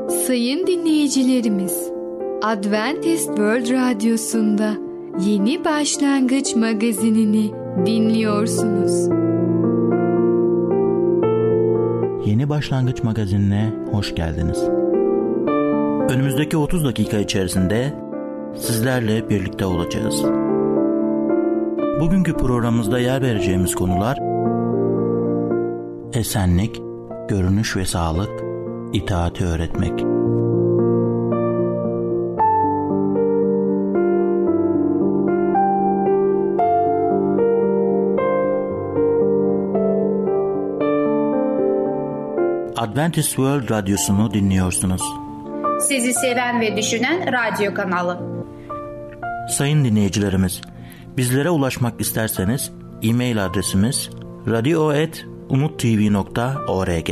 Sayın dinleyicilerimiz, Adventist World Radyosu'nda Yeni Başlangıç Magazinini dinliyorsunuz. Yeni Başlangıç Magazinine hoş geldiniz. Önümüzdeki 30 dakika içerisinde sizlerle birlikte olacağız. Bugünkü programımızda yer vereceğimiz konular: esenlik, görünüş ve sağlık, itaati öğretmek. Adventist World Radyosu'nu dinliyorsunuz. Sizi seven ve düşünen radyo kanalı. Sayın dinleyicilerimiz, bizlere ulaşmak isterseniz e-mail adresimiz radio@umuttv.org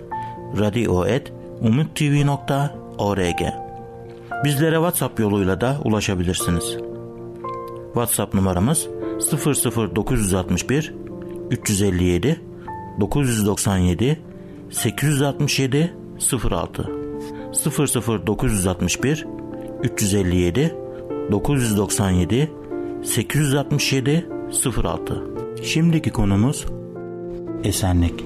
radio@umuttv.org. Bizlere WhatsApp yoluyla da ulaşabilirsiniz. WhatsApp numaramız 00961 357 997 867 06 00961 357 997 867 06. Şimdiki konumuz esenlik.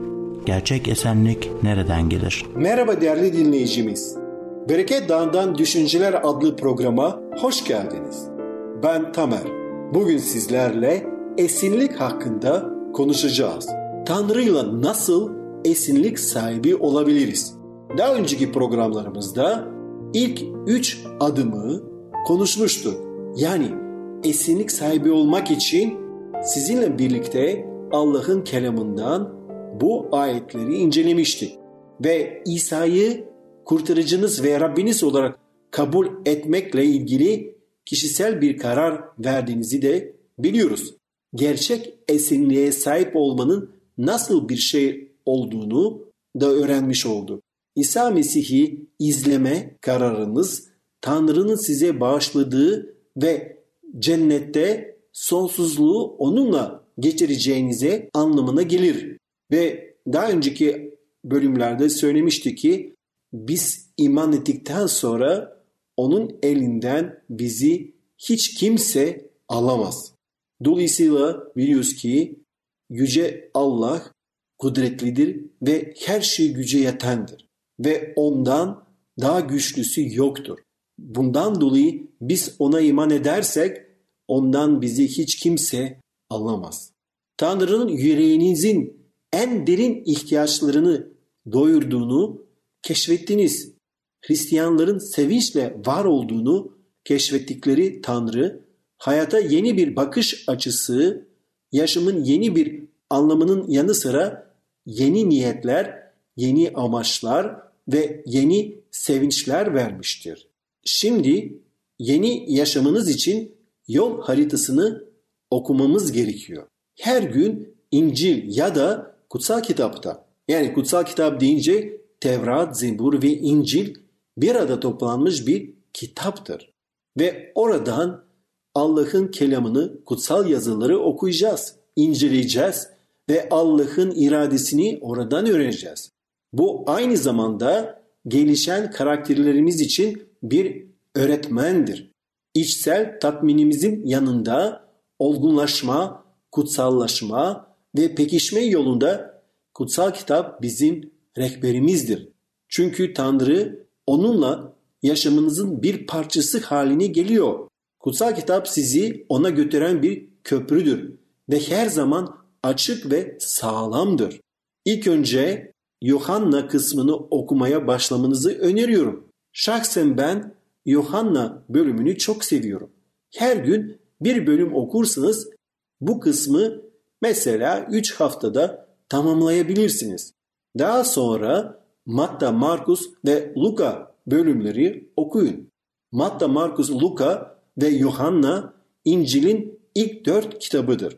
Gerçek esenlik nereden gelir? Merhaba değerli dinleyicimiz. Bereket Dağı'ndan Düşünceler adlı programa hoş geldiniz. Ben Tamer. Bugün sizlerle esinlik hakkında konuşacağız. Tanrı'yla nasıl esinlik sahibi olabiliriz? Daha önceki programlarımızda ilk 3 adımı konuşmuştuk. Yani esinlik sahibi olmak için sizinle birlikte Allah'ın kelamından bu ayetleri incelemiştik. Ve İsa'yı kurtarıcınız ve Rabbiniz olarak kabul etmekle ilgili kişisel bir karar verdiğinizi de biliyoruz. Gerçek esinliğe sahip olmanın nasıl bir şey olduğunu da öğrenmiş olduk. İsa Mesih'i izleme kararınız Tanrı'nın size bağışladığı ve cennette sonsuzluğu onunla geçireceğinize anlamına gelir. Ve daha önceki bölümlerde söylemişti ki biz iman ettikten sonra onun elinden bizi hiç kimse alamaz. Dolayısıyla biliyoruz ki Yüce Allah kudretlidir ve her şey güce yetendir. Ve ondan daha güçlüsü yoktur. Bundan dolayı biz ona iman edersek ondan bizi hiç kimse alamaz. Tanrı'nın yüreğinizin en derin ihtiyaçlarını doyurduğunu keşfettiniz. Hristiyanların sevinçle var olduğunu keşfettikleri Tanrı, hayata yeni bir bakış açısı, yaşamın yeni bir anlamının yanı sıra yeni niyetler, yeni amaçlar ve yeni sevinçler vermiştir. Şimdi yeni yaşamınız için yol haritasını okumamız gerekiyor. Her gün İncil ya da kutsal kitapta, yani kutsal kitap deyince Tevrat, Zebur ve İncil bir arada toplanmış bir kitaptır. Ve oradan Allah'ın kelamını, kutsal yazıları okuyacağız, inceleyeceğiz ve Allah'ın iradesini oradan öğreneceğiz. Bu aynı zamanda gelişen karakterlerimiz için bir öğretmendir. İçsel tatminimizin yanında olgunlaşma, kutsallaşma ve pekişme yolunda kutsal kitap bizim rehberimizdir. Çünkü Tanrı onunla yaşamınızın bir parçası haline geliyor. Kutsal kitap sizi ona götüren bir köprüdür ve her zaman açık ve sağlamdır. İlk önce Yuhanna kısmını okumaya başlamanızı öneriyorum. Şahsen ben Yuhanna bölümünü çok seviyorum. Her gün bir bölüm okursanız bu kısmı mesela 3 haftada tamamlayabilirsiniz. Daha sonra Matta, Markus ve Luka bölümleri okuyun. Matta, Markus, Luka ve Yuhanna İncil'in ilk 4 kitabıdır.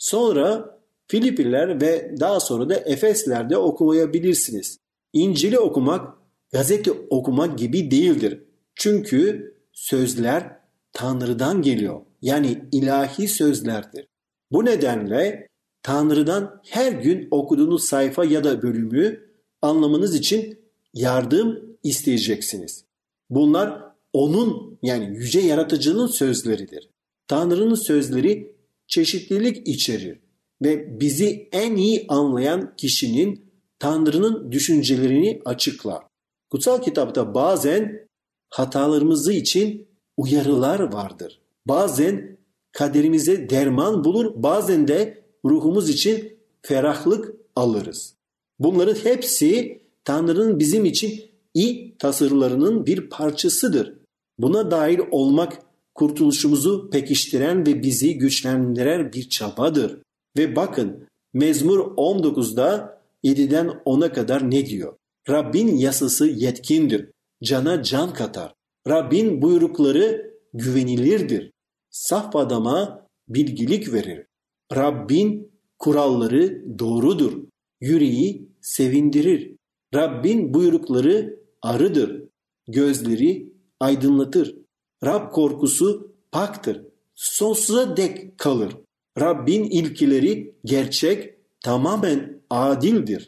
Sonra Filipiler ve daha sonra da Efesler'de okumayabilirsiniz. İncil'i okumak gazete okumak gibi değildir. Çünkü sözler Tanrı'dan geliyor. Yani ilahi sözlerdir. Bu nedenle Tanrı'dan her gün okuduğunuz sayfa ya da bölümü anlamanız için yardım isteyeceksiniz. Bunlar onun yani yüce yaratıcının sözleridir. Tanrı'nın sözleri çeşitlilik içerir ve bizi en iyi anlayan kişinin Tanrı'nın düşüncelerini açıklar. Kutsal kitapta bazen hatalarımızı için uyarılar vardır. Bazen kaderimize derman bulur, bazen de ruhumuz için ferahlık alırız. Bunların hepsi Tanrı'nın bizim için iyi tasarılarının bir parçasıdır. Buna dahil olmak kurtuluşumuzu pekiştiren ve bizi güçlendiren bir çabadır. Ve bakın Mezmur 19'da 7'den 10'a kadar ne diyor? Rabbin yasası yetkindir, cana can katar. Rabbin buyrukları güvenilirdir. Saf adama bilgilik verir. Rabbin kuralları doğrudur. Yüreği sevindirir. Rabbin buyrukları arıdır. Gözleri aydınlatır. Rab korkusu paktır. Sonsuza dek kalır. Rabbin ilkeleri gerçek, tamamen adildir.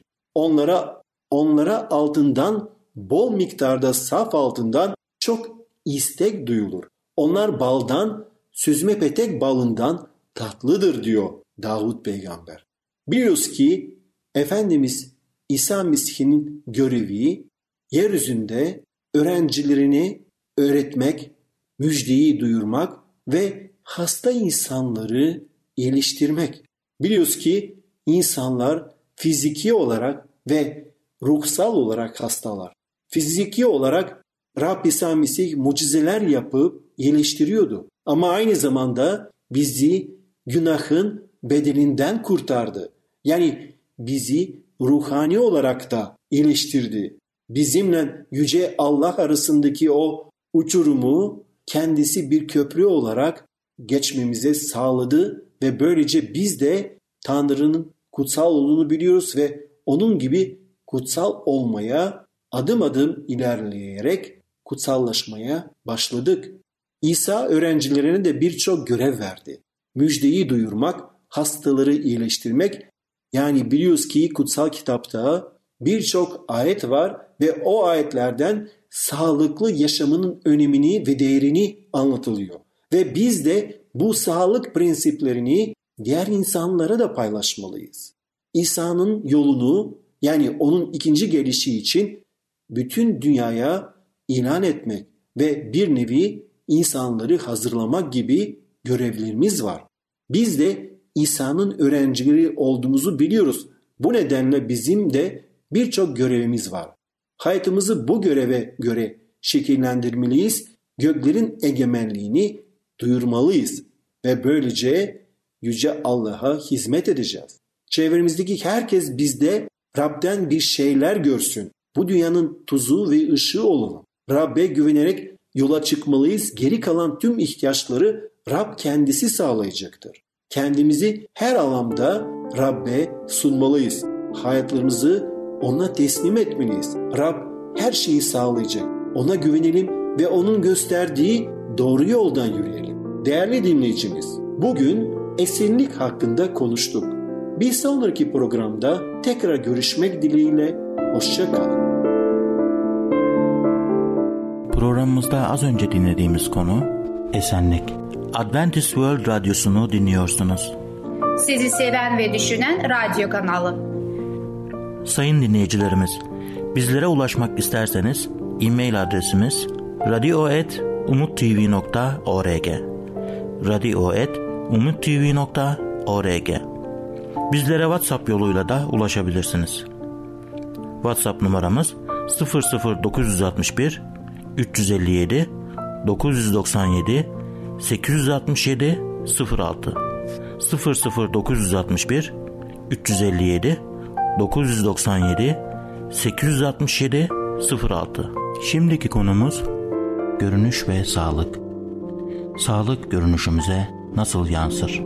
Onlara altından, bol miktarda saf altından çok istek duyulur. Onlar baldan, süzme petek balından tatlıdır diyor Davut peygamber. Biliyoruz ki Efendimiz İsa Mesih'in görevi yeryüzünde öğrencilerini öğretmek, müjdeyi duyurmak ve hasta insanları iyileştirmek. Biliyoruz ki insanlar fiziki olarak ve ruhsal olarak hastalar. Fiziki olarak Rab İsa Mesih mucizeler yapıp iyileştiriyordu. Ama aynı zamanda bizi günahın bedelinden kurtardı. Yani bizi ruhani olarak da iyileştirdi. Bizimle Yüce Allah arasındaki o uçurumu kendisi bir köprü olarak geçmemize sağladı ve böylece biz de Tanrı'nın kutsal olduğunu biliyoruz ve onun gibi kutsal olmaya adım adım ilerleyerek kutsallaşmaya başladık. İsa öğrencilerine de birçok görev verdi. Müjdeyi duyurmak, hastaları iyileştirmek. Yani biliyoruz ki kutsal kitapta birçok ayet var ve o ayetlerden sağlıklı yaşamının önemini ve değerini anlatılıyor. Ve biz de bu sağlık prensiplerini diğer insanlara da paylaşmalıyız. İsa'nın yolunu yani onun ikinci gelişi için bütün dünyaya ilan etmek ve bir nevi insanları hazırlamak gibi görevlerimiz var. Biz de İsa'nın öğrencileri olduğumuzu biliyoruz. Bu nedenle bizim de birçok görevimiz var. Hayatımızı bu göreve göre şekillendirmeliyiz, göklerin egemenliğini duyurmalıyız ve böylece Yüce Allah'a hizmet edeceğiz. Çevremizdeki herkes bizde Rab'den bir şeyler görsün. Bu dünyanın tuzu ve ışığı olalım. Rab'be güvenerek yola çıkmalıyız. Geri kalan tüm ihtiyaçları Rab kendisi sağlayacaktır. Kendimizi her alanda Rab'be sunmalıyız. Hayatlarımızı ona teslim etmeliyiz. Rab her şeyi sağlayacak. Ona güvenelim ve onun gösterdiği doğru yoldan yürüyelim. Değerli dinleyicimiz, bugün esenlik hakkında konuştuk. Bir sonraki programda tekrar görüşmek dileğiyle, hoşça kal. Programımızda az önce dinlediğimiz konu esenlik. Adventist World Radyosu'nu dinliyorsunuz. Sizi seven ve düşünen radyo kanalı. Sayın dinleyicilerimiz, bizlere ulaşmak isterseniz e-mail adresimiz radio@umuttv.org radio@umuttv.org. Bizlere WhatsApp yoluyla da ulaşabilirsiniz. WhatsApp numaramız 00961 357 997 867 06 00961 357 997 867 06. Şimdiki konumuz görünüş ve sağlık. Sağlık görünüşümüze nasıl yansır?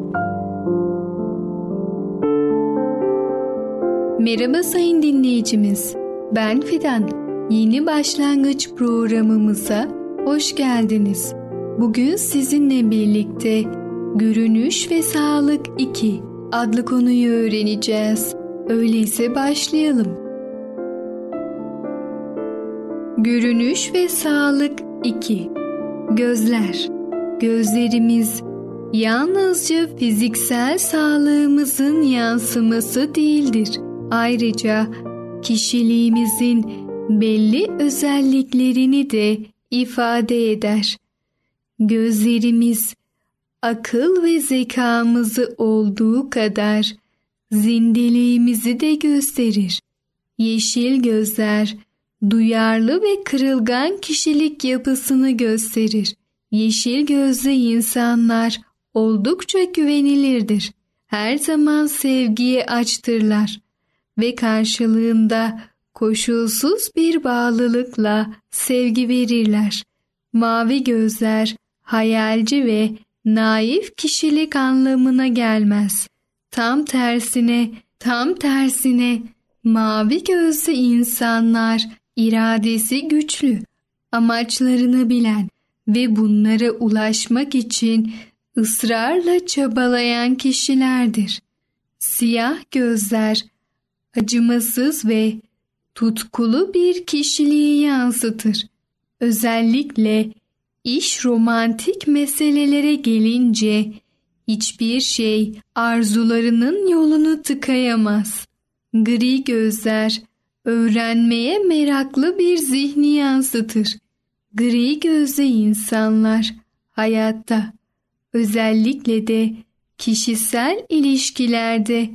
Merhaba sayın dinleyicimiz. Ben Fidan. Yeni başlangıç programımıza hoş geldiniz. Bugün sizinle birlikte Görünüş ve Sağlık 2 adlı konuyu öğreneceğiz. Öyleyse başlayalım. Görünüş ve sağlık 2. Gözler. Gözlerimiz yalnızca fiziksel sağlığımızın yansıması değildir. Ayrıca kişiliğimizin belli özelliklerini de ifade eder. Gözlerimiz akıl ve zekamızı olduğu kadar zindeliğimizi de gösterir. Yeşil gözler duyarlı ve kırılgan kişilik yapısını gösterir. Yeşil gözlü insanlar oldukça güvenilirdir. Her zaman sevgiye açtırlar ve karşılığında koşulsuz bir bağlılıkla sevgi verirler. Mavi gözler hayalci ve naif kişilik anlamına gelmez. Tam tersine mavi gözlü insanlar iradesi güçlü, amaçlarını bilen ve bunlara ulaşmak için ısrarla çabalayan kişilerdir. Siyah gözler acımasız ve tutkulu bir kişiliği yansıtır. Özellikle iş romantik meselelere gelince hiçbir şey arzularının yolunu tıkayamaz. Gri gözler öğrenmeye meraklı bir zihni yansıtır. Gri gözlü insanlar hayatta, özellikle de kişisel ilişkilerde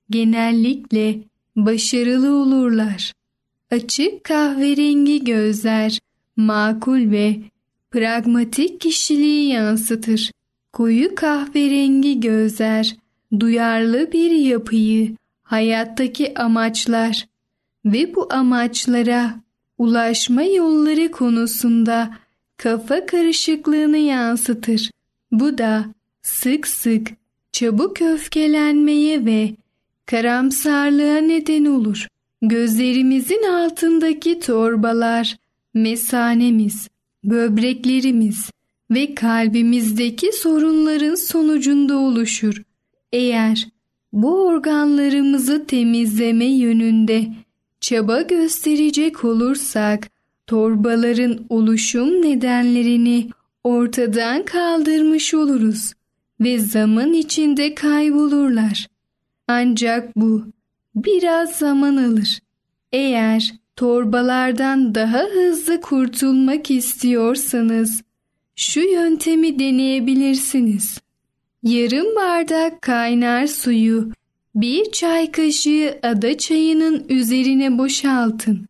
genellikle başarılı olurlar. Açık kahverengi gözler makul ve pragmatik kişiliği yansıtır. Koyu kahverengi gözler duyarlı bir yapıyı, hayattaki amaçlar ve bu amaçlara ulaşma yolları konusunda kafa karışıklığını yansıtır. Bu da sık sık çabuk öfkelenmeye ve karamsarlığa neden olur. Gözlerimizin altındaki torbalar, mesanemiz, böbreklerimiz ve kalbimizdeki sorunların sonucunda oluşur. Eğer bu organlarımızı temizleme yönünde çaba gösterecek olursak, torbaların oluşum nedenlerini ortadan kaldırmış oluruz ve zaman içinde kaybolurlar. Ancak bu biraz zaman alır. Eğer torbalardan daha hızlı kurtulmak istiyorsanız şu yöntemi deneyebilirsiniz. Yarım bardak kaynar suyu bir çay kaşığı ada çayının üzerine boşaltın.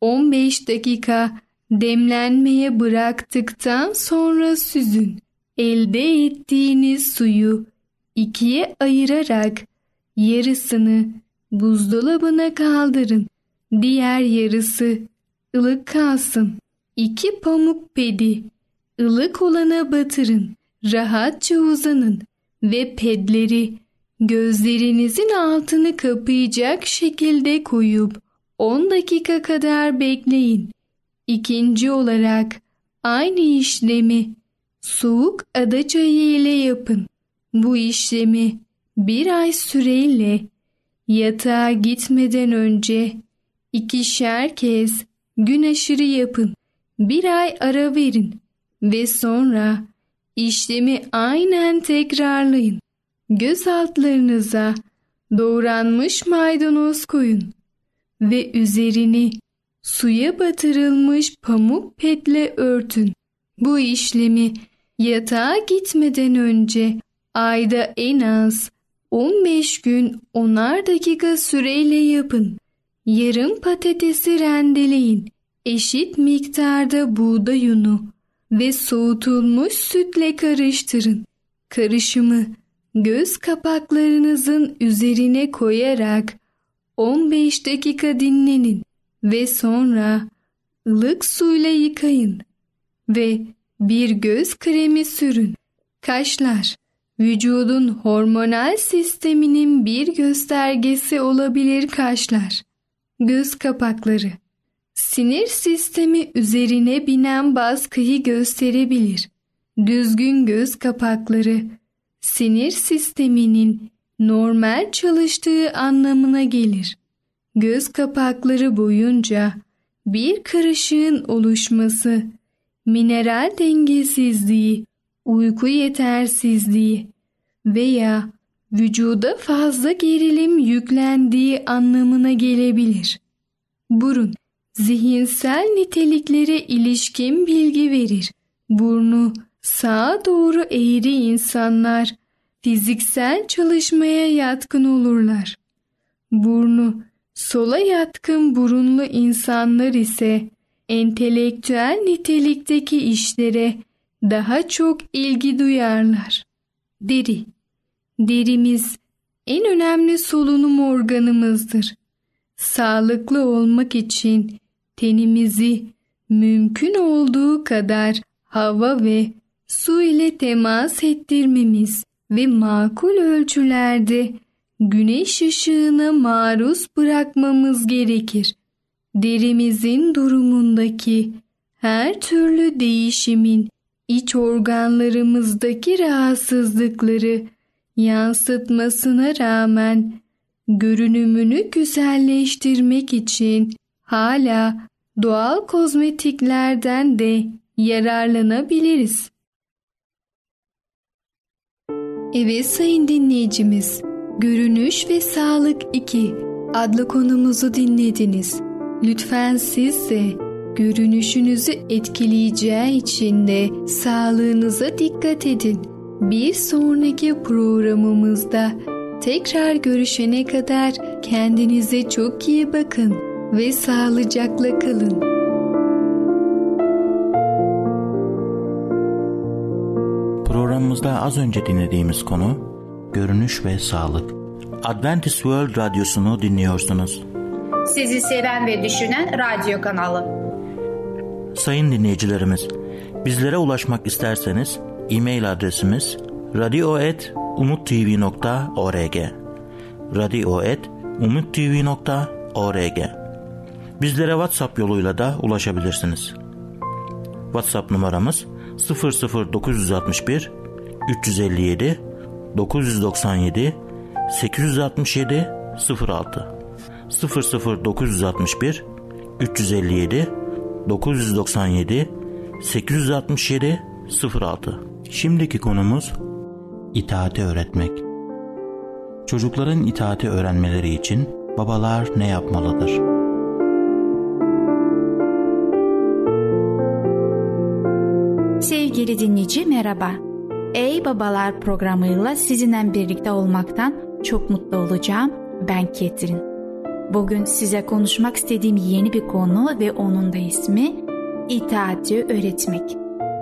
15 dakika demlenmeye bıraktıktan sonra süzün. Elde ettiğiniz suyu ikiye ayırarak yarısını buzdolabına kaldırın. Diğer yarısı ılık kalsın. 2 pamuk pedi ılık olana batırın. Rahatça uzanın ve pedleri gözlerinizin altını kapayacak şekilde koyup 10 dakika kadar bekleyin. İkinci olarak aynı işlemi soğuk ada çayı ile yapın. Bu işlemi 1 ay süreyle yatağa gitmeden önce 2'şer kez gün aşırı yapın. 1 ay ara verin ve sonra işlemi aynen tekrarlayın. Göz altlarınıza doğranmış maydanoz koyun ve üzerini suya batırılmış pamuk pedle örtün. Bu işlemi yatağa gitmeden önce ayda en az 15 gün 10'ar dakika süreyle yapın. Yarım patatesi rendeleyin. Eşit miktarda buğday unu ve soğutulmuş sütle karıştırın. Karışımı göz kapaklarınızın üzerine koyarak 15 dakika dinlenin ve sonra ılık suyla yıkayın ve bir göz kremi sürün. Kaşlar, vücudun hormonal sisteminin bir göstergesi olabilir kaşlar. Göz kapakları, sinir sistemi üzerine binen baskıyı gösterebilir. Düzgün göz kapakları, sinir sisteminin normal çalıştığı anlamına gelir. Göz kapakları boyunca bir kırışığın oluşması, mineral dengesizliği, uyku yetersizliği veya vücuda fazla gerilim yüklendiği anlamına gelebilir. Burun, zihinsel niteliklere ilişkin bilgi verir. Burnu sağa doğru eğri insanlar fiziksel çalışmaya yatkın olurlar. Burnu sola yatkın burunlu insanlar ise entelektüel nitelikteki işlere daha çok ilgi duyarlar. Deri, derimiz en önemli solunum organımızdır. Sağlıklı olmak için tenimizi mümkün olduğu kadar hava ve su ile temas ettirmemiz ve makul ölçülerde güneş ışığına maruz bırakmamız gerekir. Derimizin durumundaki her türlü değişimin iç organlarımızdaki rahatsızlıkları yansıtmasına rağmen görünümünü güzelleştirmek için hala doğal kozmetiklerden de yararlanabiliriz. Evet sayın dinleyicimiz, Görünüş ve Sağlık 2 adlı konumuzu dinlediniz. Lütfen siz de görünüşünüzü etkileyeceği için de sağlığınıza dikkat edin. Bir sonraki programımızda tekrar görüşene kadar kendinize çok iyi bakın ve sağlıcakla kalın. Programımızda az önce dinlediğimiz konu görünüş ve sağlık. Adventist World Radyosu'nu dinliyorsunuz. Sizi seven ve düşünen radyo kanalı. Sayın dinleyicilerimiz, bizlere ulaşmak isterseniz e-mail adresimiz radio@umuttv.org radio@umuttv.org. Bizlere WhatsApp yoluyla da ulaşabilirsiniz. WhatsApp numaramız 00961 357 997 867 06 00961 357 997 867 06. Şimdiki konumuz itaati öğretmek. Çocukların itaati öğrenmeleri için babalar ne yapmalıdır? Sevgili dinleyici merhaba. Ey Babalar programıyla sizinle birlikte olmaktan çok mutlu olacağım. Ben Ketrin. Bugün size konuşmak istediğim yeni bir konu ve onun da ismi itaati öğretmek.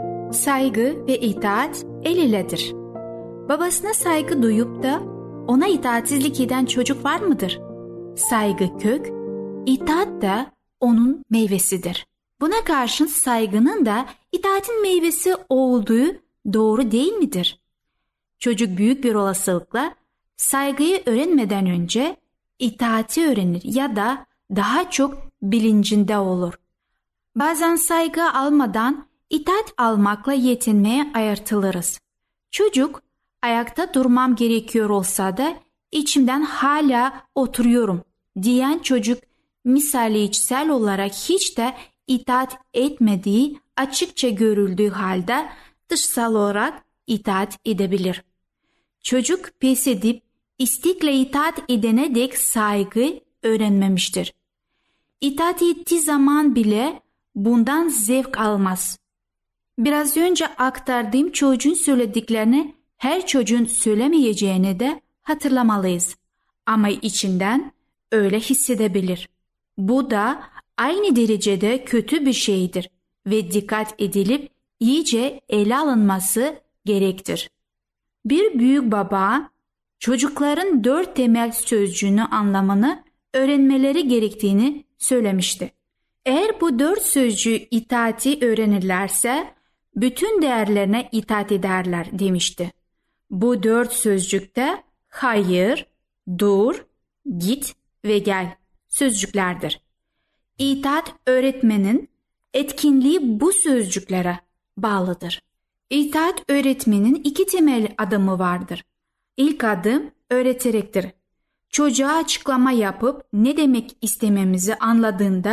Saygı ve itaat el iledir. Babasına saygı duyup da ona itaatsizlik eden çocuk var mıdır? Saygı kök, itaat da onun meyvesidir. Buna karşın saygının da itaatin meyvesi olduğu doğru değil midir? Çocuk büyük bir olasılıkla saygıyı öğrenmeden önce itaati öğrenir ya da daha çok bilincinde olur. Bazen saygı almadan itaat almakla yetinmeye ayırtılırız. Çocuk ayakta durmam gerekiyor olsa da içimden hala oturuyorum diyen çocuk misali içsel olarak hiç de itaat etmediği açıkça görüldüğü halde dışsal olarak itaat edebilir. Çocuk pes edip istekle itaat edene dek saygı öğrenmemiştir. İtaat ettiği zaman bile bundan zevk almaz. Biraz önce aktardığım çocuğun söylediklerini her çocuğun söylemeyeceğini de hatırlamalıyız. Ama içinden öyle hissedebilir. Bu da aynı derecede kötü bir şeydir ve dikkat edilip iyice ele alınması gerektir. Bir büyük baba çocukların 4 temel sözcüğünü anlamını öğrenmeleri gerektiğini söylemişti. Eğer bu 4 sözcüğü itaati öğrenirlerse bütün değerlerine itaat ederler demişti. Bu 4 sözcükte hayır, dur, git ve gel sözcüklerdir. İtaat öğretmenin etkinliği bu sözcüklere bağlıdır. İtaat öğretmenin 2 temel adımı vardır. İlk adım öğreterektir. Çocuğa açıklama yapıp ne demek istememizi anladığında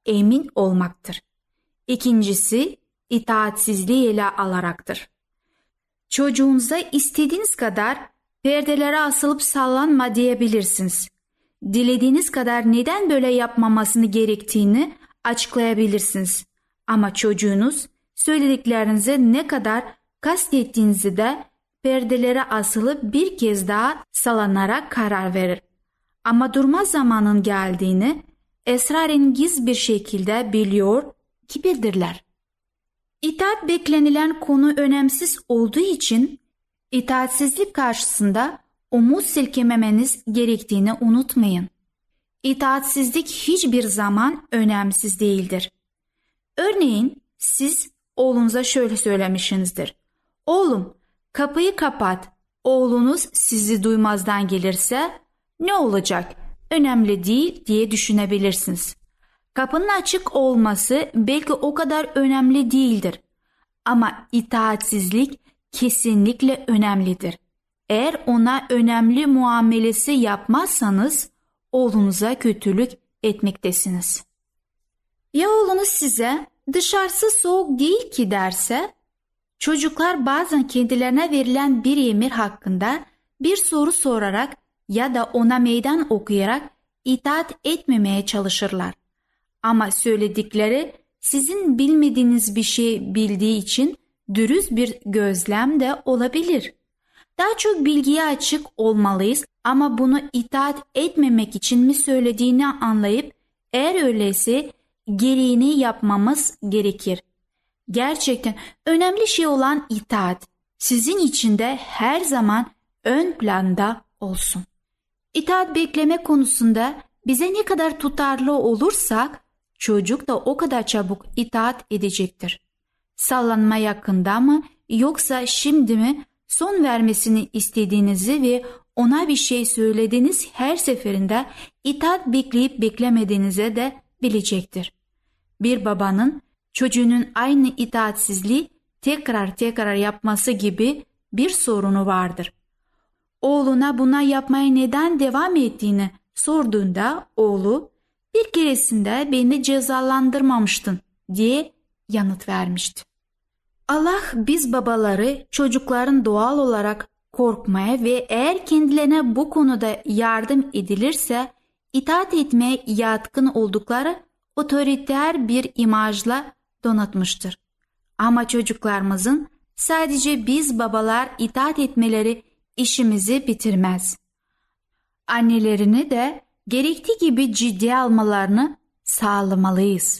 emin olmaktır. İkincisi itaatsizliği ele alaraktır. Çocuğunuza istediğiniz kadar perdelere asılıp sallanma diyebilirsiniz. Dilediğiniz kadar neden böyle yapmamasını gerektiğini açıklayabilirsiniz. Ama çocuğunuz söylediklerinize ne kadar kastettiğinizi de perdelere asılıp bir kez daha sallanarak karar verir. Ama durma zamanın geldiğini esrarengiz bir şekilde biliyor gibidirler. İtaat beklenilen konu önemsiz olduğu için itaatsizlik karşısında omuz silkememeniz gerektiğini unutmayın. İtaatsizlik hiçbir zaman önemsiz değildir. Örneğin siz oğlunuza şöyle söylemişsinizdir. Oğlum, kapıyı kapat. Oğlunuz sizi duymazdan gelirse ne olacak? Önemli değil diye düşünebilirsiniz. Kapının açık olması belki o kadar önemli değildir. Ama itaatsizlik kesinlikle önemlidir. Eğer ona önemli muamelesi yapmazsanız oğlunuza kötülük etmektesiniz. Ya oğlunuz size dışarısı soğuk değil ki derse? Çocuklar bazen kendilerine verilen bir emir hakkında bir soru sorarak ya da ona meydan okuyarak itaat etmemeye çalışırlar. Ama söyledikleri sizin bilmediğiniz bir şey bildiği için dürüst bir gözlem de olabilir. Daha çok bilgiye açık olmalıyız ama bunu itaat etmemek için mi söylediğini anlayıp eğer öyleyse gereğini yapmamız gerekir. Gerçekten önemli şey olan itaat sizin için de her zaman ön planda olsun. İtaat bekleme konusunda bize ne kadar tutarlı olursak çocuk da o kadar çabuk itaat edecektir. Sallanma yakında mı yoksa şimdi mi son vermesini istediğinizi ve ona bir şey söylediğiniz her seferinde itaat bekleyip beklemediğinize de bilecektir. Bir babanın çocuğunun aynı itaatsizliği tekrar yapması gibi bir sorunu vardır. Oğluna buna yapmaya neden devam ettiğini sorduğunda oğlu bir keresinde beni cezalandırmamıştın diye yanıt vermişti. Allah biz babaları çocukların doğal olarak korkmaya ve eğer kendilerine bu konuda yardım edilirse itaat etmeye yatkın oldukları otoriter bir imajla donatmıştır. Ama çocuklarımızın sadece biz babalar itaat etmeleri işimizi bitirmez. Annelerini de gerektiği gibi ciddiye almalarını sağlamalıyız.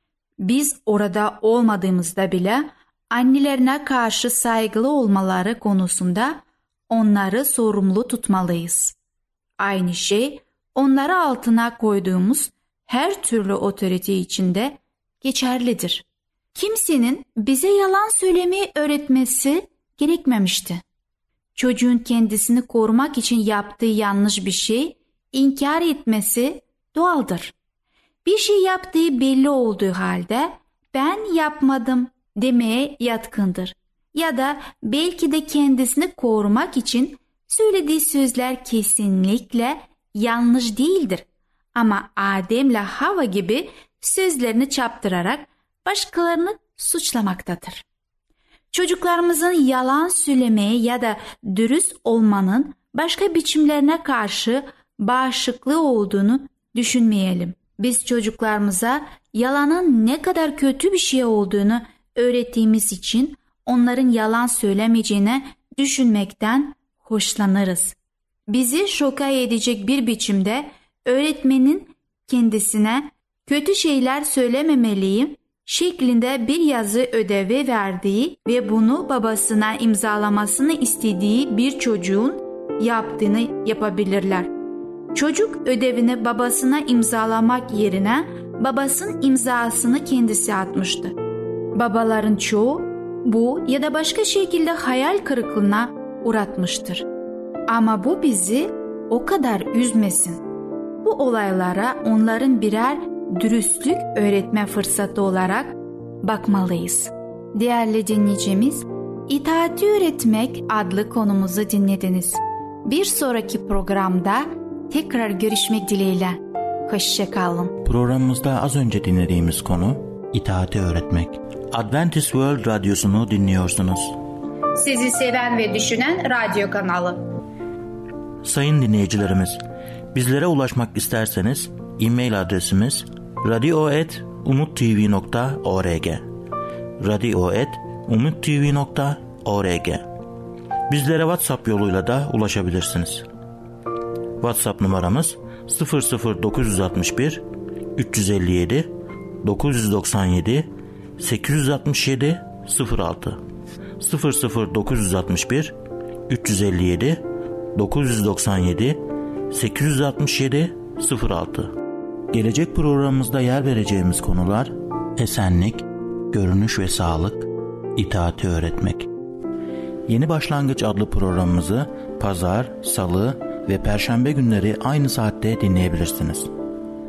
Biz orada olmadığımızda bile annelerine karşı saygılı olmaları konusunda onları sorumlu tutmalıyız. Aynı şey onları altına koyduğumuz her türlü otorite içinde geçerlidir. Kimsenin bize yalan söylemeyi öğretmesi gerekmemişti. Çocuğun kendisini korumak için yaptığı yanlış bir şey inkar etmesi doğaldır. Bir şey yaptığı belli olduğu halde ben yapmadım demeye yatkındır. Ya da belki de kendisini korumak için söylediği sözler kesinlikle yanlış değildir. Ama Adem'le Havva gibi sözlerini çarptırarak başkalarını suçlamaktadır. Çocuklarımızın yalan söylemeye ya da dürüst olmanın başka biçimlerine karşı bağışıklığı olduğunu düşünmeyelim. Biz çocuklarımıza yalanın ne kadar kötü bir şey olduğunu öğrettiğimiz için onların yalan söylemeyeceğini düşünmekten hoşlanırız. Bizi şoka edecek bir biçimde öğretmenin kendisine kötü şeyler söylememeliyim şeklinde bir yazı ödevi verdiği ve bunu babasına imzalamasını istediği bir çocuğun yaptığını yapabilirler. Çocuk ödevini babasına imzalamak yerine babasının imzasını kendisi atmıştı. Babaların çoğu bu ya da başka şekilde hayal kırıklığına uğratmıştır. Ama bu bizi o kadar üzmesin. Bu olaylara onların birer dürüstlük öğretme fırsatı olarak bakmalıyız. Değerli dinleyicimiz, İtaati Öğretmek adlı konumuzu dinlediniz. Bir sonraki programda tekrar görüşmek dileğiyle. Hoşça kalın. Programımızda az önce dinlediğimiz konu itaati öğretmek. Adventist World Radyosu'nu dinliyorsunuz. Sizi seven ve düşünen radyo kanalı. Sayın dinleyicilerimiz, bizlere ulaşmak isterseniz e-mail adresimiz radio@umuttv.org radio@umuttv.org. Bizlere WhatsApp yoluyla da ulaşabilirsiniz. WhatsApp numaramız 00961 357 997 867 06 00961 357 997 867 06. Gelecek programımızda yer vereceğimiz konular esenlik, görünüş ve sağlık, itaati öğretmek. Yeni Başlangıç adlı programımızı Pazar, Salı ve Perşembe günleri aynı saatte dinleyebilirsiniz.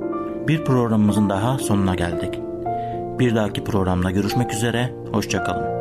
Bir programımızın daha sonuna geldik. Bir dahaki programda görüşmek üzere, hoşça kalın.